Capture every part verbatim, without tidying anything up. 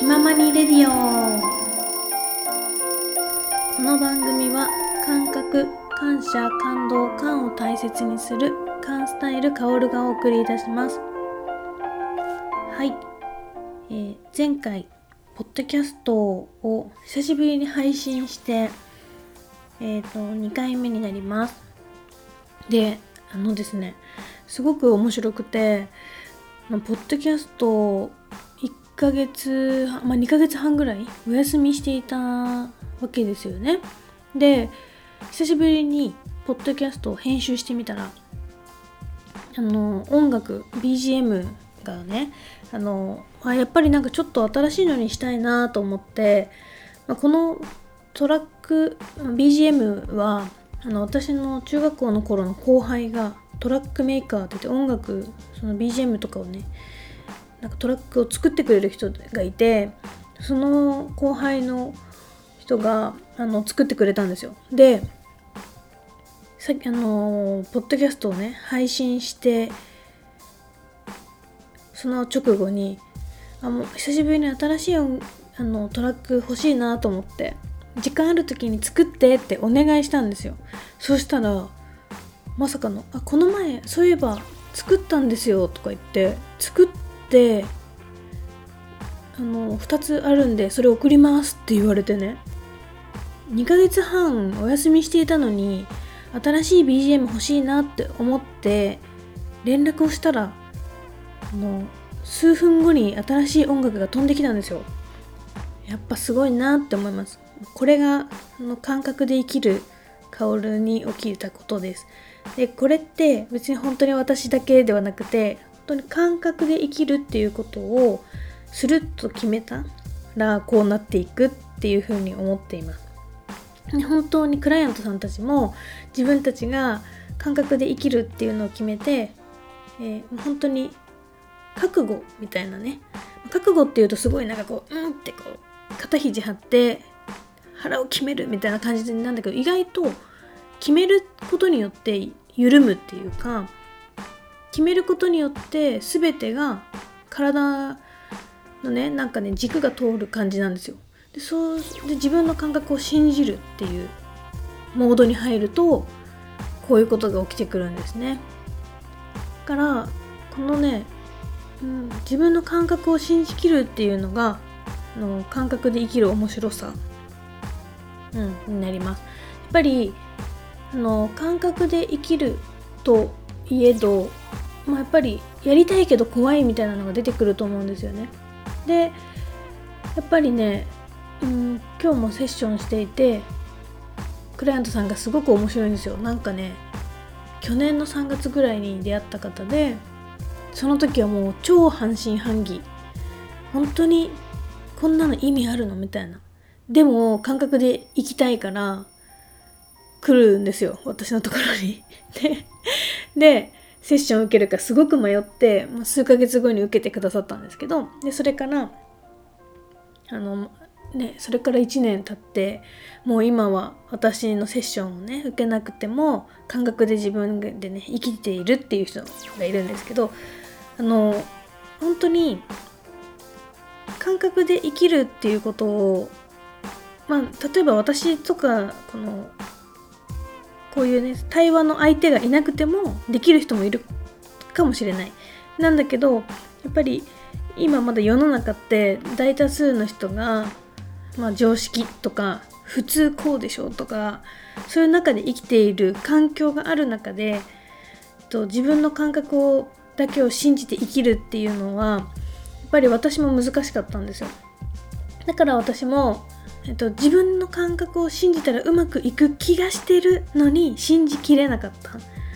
気ままにレディオ。この番組は感覚、感謝、感動、感を大切にする感スタイルカオルがお送りいたします。はい、えー、前回ポッドキャストを久しぶりに配信してえーとにかいめになります。で、あのですねすごく面白くて、ポッドキャストいっかげつ、まあ、にかげつはんぐらいお休みしていたわけですよね。で、久しぶりにポッドキャストを編集してみたら、あの音楽 ビージーエム がね、あのあやっぱりなんかちょっと新しいのにしたいなと思って、まあ、このトラック ビージーエム はあの私の中学校の頃の後輩がトラックメーカーって言って、音楽その ビージーエム とかをね、なんかトラックを作ってくれる人がいて、その後輩の人があの作ってくれたんですよ。で、さっきあのポッドキャストをね配信して、その直後にあもう久しぶりに新しいあのトラック欲しいなと思って、時間ある時に作ってってお願いしたんですよ。そしたらまさかのあこの前そういえば作ったんですよとか言って、作ってあのふたつあるんでそれ送りますって言われてね、にかげつはんお休みしていたのに新しい ビージーエム 欲しいなって思って連絡をしたら、あの数分後に新しい音楽が飛んできたんですよ。やっぱすごいなって思います。これがあの感覚で生きるカオルに起きたことです。で、これって別に本当に私だけではなくて、本当に感覚で生きるっていうことをすると決めたらこうなっていくっていうふうに思っています。本当にクライアントさんたちも自分たちが感覚で生きるっていうのを決めて、えー、本当に覚悟みたいなね、覚悟っていうとすごいなんかこううんってこう肩肘張って腹を決めるみたいな感じなんだけど、意外と決めることによって緩むっていうか、決めることによって全てが体のねなんかね軸が通る感じなんですよ。で、そうで自分の感覚を信じるっていうモードに入るとこういうことが起きてくるんですね。だからこのね、うん、自分の感覚を信じきるっていうのがあの感覚で生きる面白さ、うん、になります。やっぱりあの感覚で生きるといえど、まあ、やっぱりやりたいけど怖いみたいなのが出てくると思うんですよね。で、やっぱりね、うん、今日もセッションしていてクライアントさんがすごく面白いんですよ。なんかね、去年のさんがつぐらいに出会った方で、その時はもう超半信半疑、本当にこんなの意味あるのみたいな、でも感覚で生きたいから来るんですよ、私のところにで, でセッション受けるかすごく迷って、まあ、数ヶ月後に受けてくださったんですけど、でそれからあのねそれからいちねん経って、もう今は私のセッションをね受けなくても感覚で自分でね生きているっていう人がいるんですけど、あの本当に感覚で生きるっていうことを、まあ例えば私とかこのこういうね対話の相手がいなくてもできる人もいるかもしれない。なんだけどやっぱり今まだ世の中って大多数の人が、まあ、常識とか普通こうでしょとか、そういう中で生きている環境がある中で、と自分の感覚をだけを信じて生きるっていうのはやっぱり私も難しかったんですよ。だから私もえっと、自分の感覚を信じたらうまくいく気がしてるのに信じきれなかった。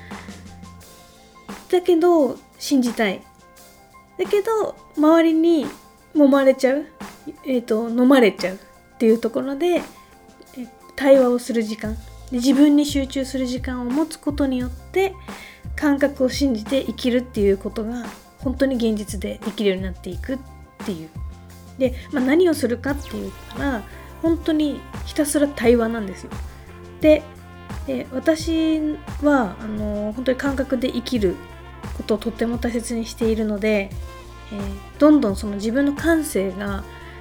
だけど信じたい。だけど周りに揉まれちゃう、えっと、飲まれちゃうっていうところでえ対話をする時間で自分に集中する時間を持つことによって感覚を信じて生きるっていうことが本当に現実でできるようになっていくっていう。で、まあ、何をするかって言ったら本当にひたすら対話なんですよ。で、で私はあの本当に感覚で生きることをとっても大切にしているので、えー、どんどんその自分の感性が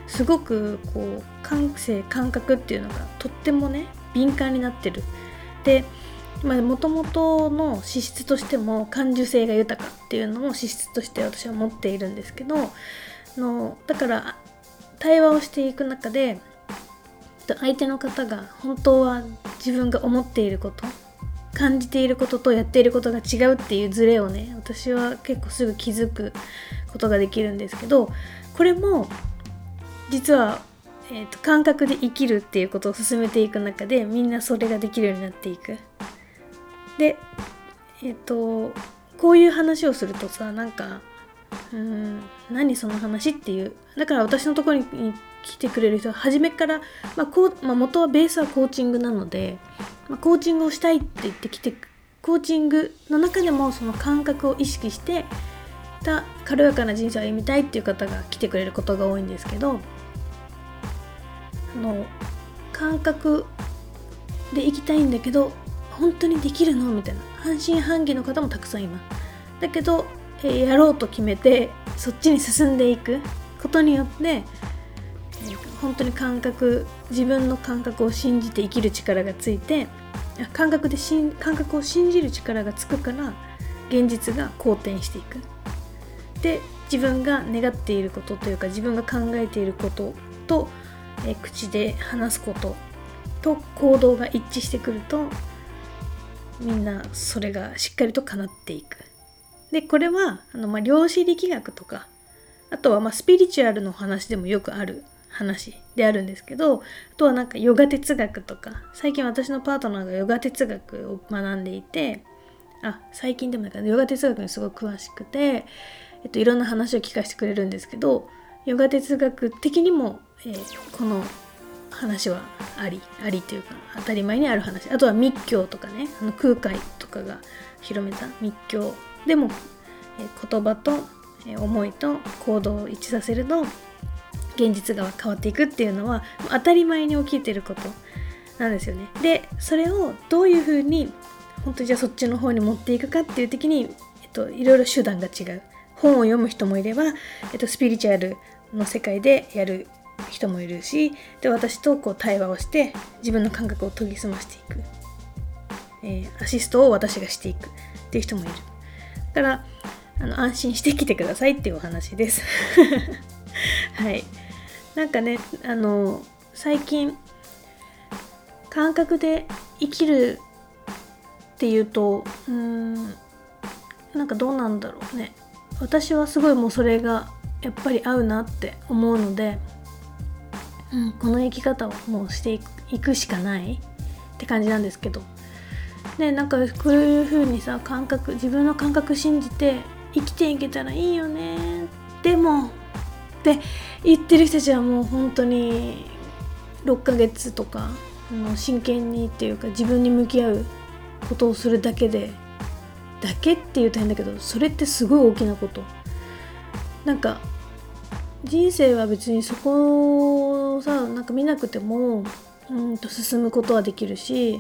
すごくこう感性感覚っていうのがとってもね敏感になってる。でもともとの資質としても感受性が豊かっていうのも資質として私は持っているんですけど、のだから対話をしていく中で相手の方が本当は自分が思っていること感じていることとやっていることが違うっていうズレをね私は結構すぐ気づくことができるんですけど、これも実は、えーと、感覚で生きるっていうことを進めていく中でみんなそれができるようになっていく。でえっ、ー、とこういう話をするとさ、なんかうーん何その話っていう、だから私のところに来てくれる人は初めから、まあこうまあ、元はベースはコーチングなので、まあ、コーチングをしたいって言ってきて、コーチングの中でもその感覚を意識してた軽やかな人生を歩みたいっていう方が来てくれることが多いんですけど、あの感覚で生きたいんだけど本当にできるのみたいな半信半疑の方もたくさんいます。だけど、えー、やろうと決めてそっちに進んでいくことによって、えー、本当に感覚自分の感覚を信じて生きる力がついて、感覚でしん感覚を信じる力がつくから現実が好転していく。で自分が願っていることというか自分が考えていることと、えー、口で話すことと行動が一致してくるとみんなそれがしっかりと叶っていく。でこれはあの、まあ、量子力学とかあとはまあスピリチュアルの話でもよくある話であるんですけど、あとはなんかヨガ哲学とか、最近私のパートナーがヨガ哲学を学んでいて、あ最近でもなんかヨガ哲学にすごく詳しくて、えっと、いろんな話を聞かせてくれるんですけど、ヨガ哲学的にも、えー、この話はありありというか当たり前にある話。あとは密教とかね、あの空海とかが広めた密教でも、えー、言葉と、えー、思いと行動を一致させると現実が変わっていくっていうのは当たり前に起きていることなんですよね。でそれをどういうふうに本当にじゃあそっちの方に持っていくかっていう時に、えっと、いろいろ手段が違う。本を読む人もいれば、えっと、スピリチュアルの世界でやる人もいるし、で私とこう対話をして自分の感覚を研ぎ澄ましていく、えー、アシストを私がしていくっていう人もいる。だからあの安心してきてくださいっていうお話ですはい。なんかね、あの最近感覚で生きるっていうとうーんなんかどうなんだろうね。私はすごいもうそれがやっぱり合うなって思うので、うん、この生き方をもうしていくしかないって感じなんですけどね。なんかこういう風にさ、感覚自分の感覚信じて生きていけたらいいよねでもって言ってる人たちはもう本当にろっかげつとかあの真剣にっていうか自分に向き合うことをするだけでだけって言うと変だけど、それってすごい大きなこと。なんか人生は別にそこをさなんか見なくてもうんと進むことはできるし、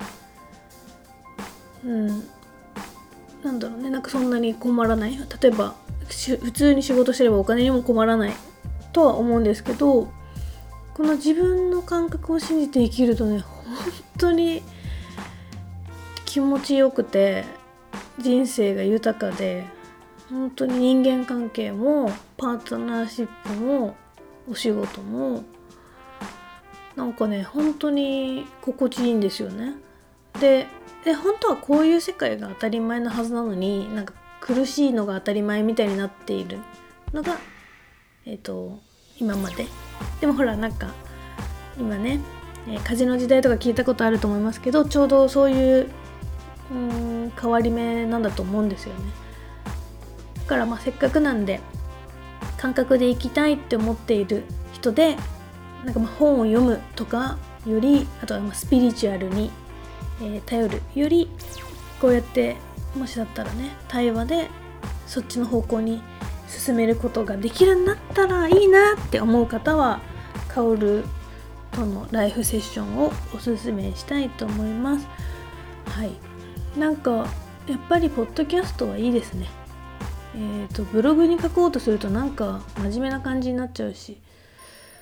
うんなんだろうね、なんかそんなに困らない。例えば普通に仕事してればお金にも困らないとは思うんですけど、この自分の感覚を信じて生きるとね、本当に気持ちよくて人生が豊かで、本当に人間関係もパートナーシップもお仕事もなんかね本当に心地いいんですよね。でで本当はこういう世界が当たり前なはずなのに、なんか苦しいのが当たり前みたいになっているのがえっと今まで。でもほらなんか今ね、えー、風の時代とか聞いたことあると思いますけど、ちょうどそういううーん変わり目なんだと思うんですよね。だからまあせっかくなんで感覚で生きたいって思っている人で、なんかまあ本を読むとかより、あとはまあスピリチュアルに、えー、頼るより、こうやってもしだったらね対話でそっちの方向に進めることができるんだったらいいなって思う方は、カオルとのライフセッションをおすすめしたいと思います。はい。なんかやっぱりポッドキャストはいいですね。えーとブログに書こうとするとなんか真面目な感じになっちゃうし、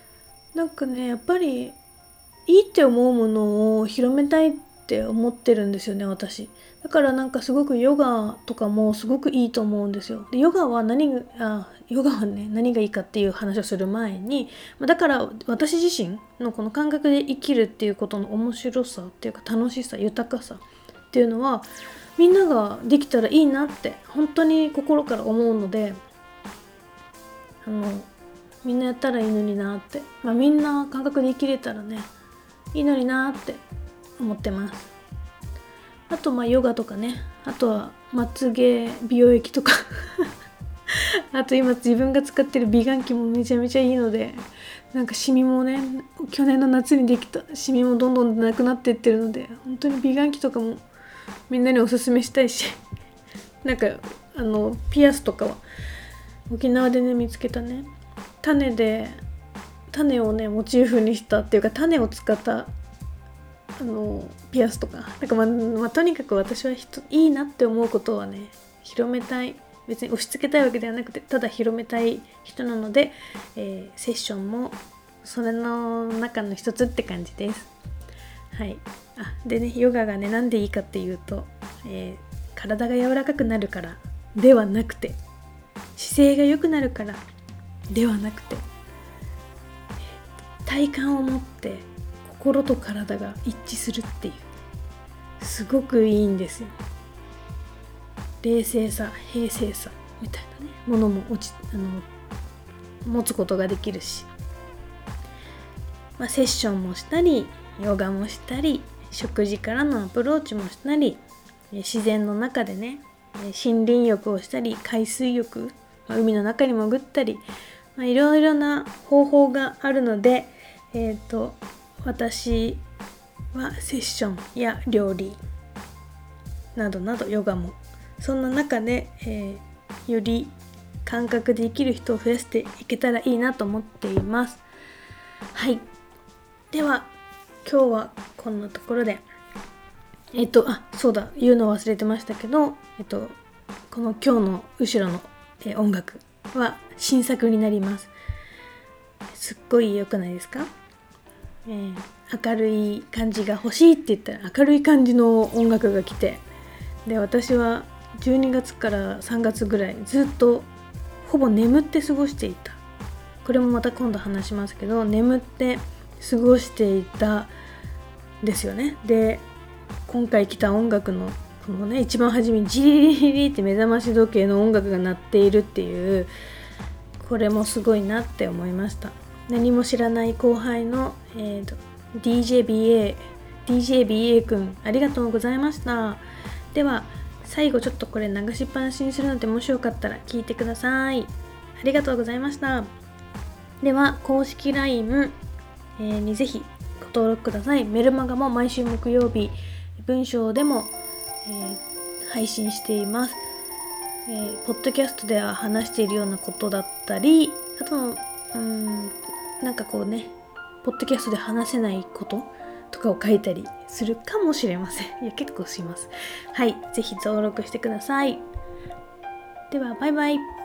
なんかねやっぱりいいって思うものを広めたいって思ってるんですよね、私。だからなんかすごくヨガとかもすごくいいと思うんですよ。でヨガは何があヨガはね何がいいかっていう話をする前に、だから私自身のこの感覚で生きるっていうことの面白さっていうか楽しさ、豊かさっていうのはみんなができたらいいなって本当に心から思うので、あのみんなやったらいいのになって、まあ、みんな感覚で生きれたらねいいのになって思ってます。あとまあヨガとかね、あとはまつげ美容液とかあと今自分が使ってる美顔器もめちゃめちゃいいので、なんかシミもね去年の夏にできたシミもどんどんなくなっていってるので、本当に美顔器とかもみんなにおすすめしたいしなんかあのピアスとかは沖縄でね見つけたね種で種をねモチーフにしたっていうか種を使ったあのピアスとかなんか、まあまあ、とにかく私は人いいなって思うことはね広めたい、別に押し付けたいわけではなくてただ広めたい人なので、えー、セッションもそれの中の一つって感じです。はい。あでねヨガがねなんでいいかっていうと、えー、体が柔らかくなるからではなくて、姿勢が良くなるからではなくて、体感を持って心と体が一致するっていうすごくいいんですよ。冷静さ、平静さみたいなねものも落ちあの持つことができるし、まあ、セッションもしたりヨガもしたり食事からのアプローチもしたり、自然の中でね森林浴をしたり海水浴、まあ、海の中に潜ったり、まあ、いろいろな方法があるので、えーと私はセッションや料理などなどヨガもそんな中で、えー、より感覚で生きる人を増やしていけたらいいなと思っています。はい、では今日はこんなところでえっとあそうだ言うの忘れてましたけど、えっとこの今日の後ろの、えー、音楽は新作になります。すっごい良くないですか？えー、明るい感じが欲しいって言ったら明るい感じの音楽が来て、で私はじゅうにがつからさんがつぐらいずっとほぼ眠って過ごしていた。これもまた今度話しますけど、眠って過ごしていたんですよね。で今回来た音楽のこのね一番初めにジリリリリって目覚まし時計の音楽が鳴っているっていう、これもすごいなって思いました。何も知らない後輩の、えーと、ディージェービーエー ディージェービーエー くんありがとうございました。では最後ちょっとこれ流しっぱなしにするのでもしよかったら聞いてください。ありがとうございました。では公式 ライン、えー、にぜひご登録ください。メルマガも毎週木曜日文章でも、えー、配信しています。えー、ポッドキャストでは話しているようなことだったり、あとうーんなんかこうねポッドキャストで話せないこととかを書いたりするかもしれません。いや結構します。はい、ぜひ登録してください。ではバイバイ。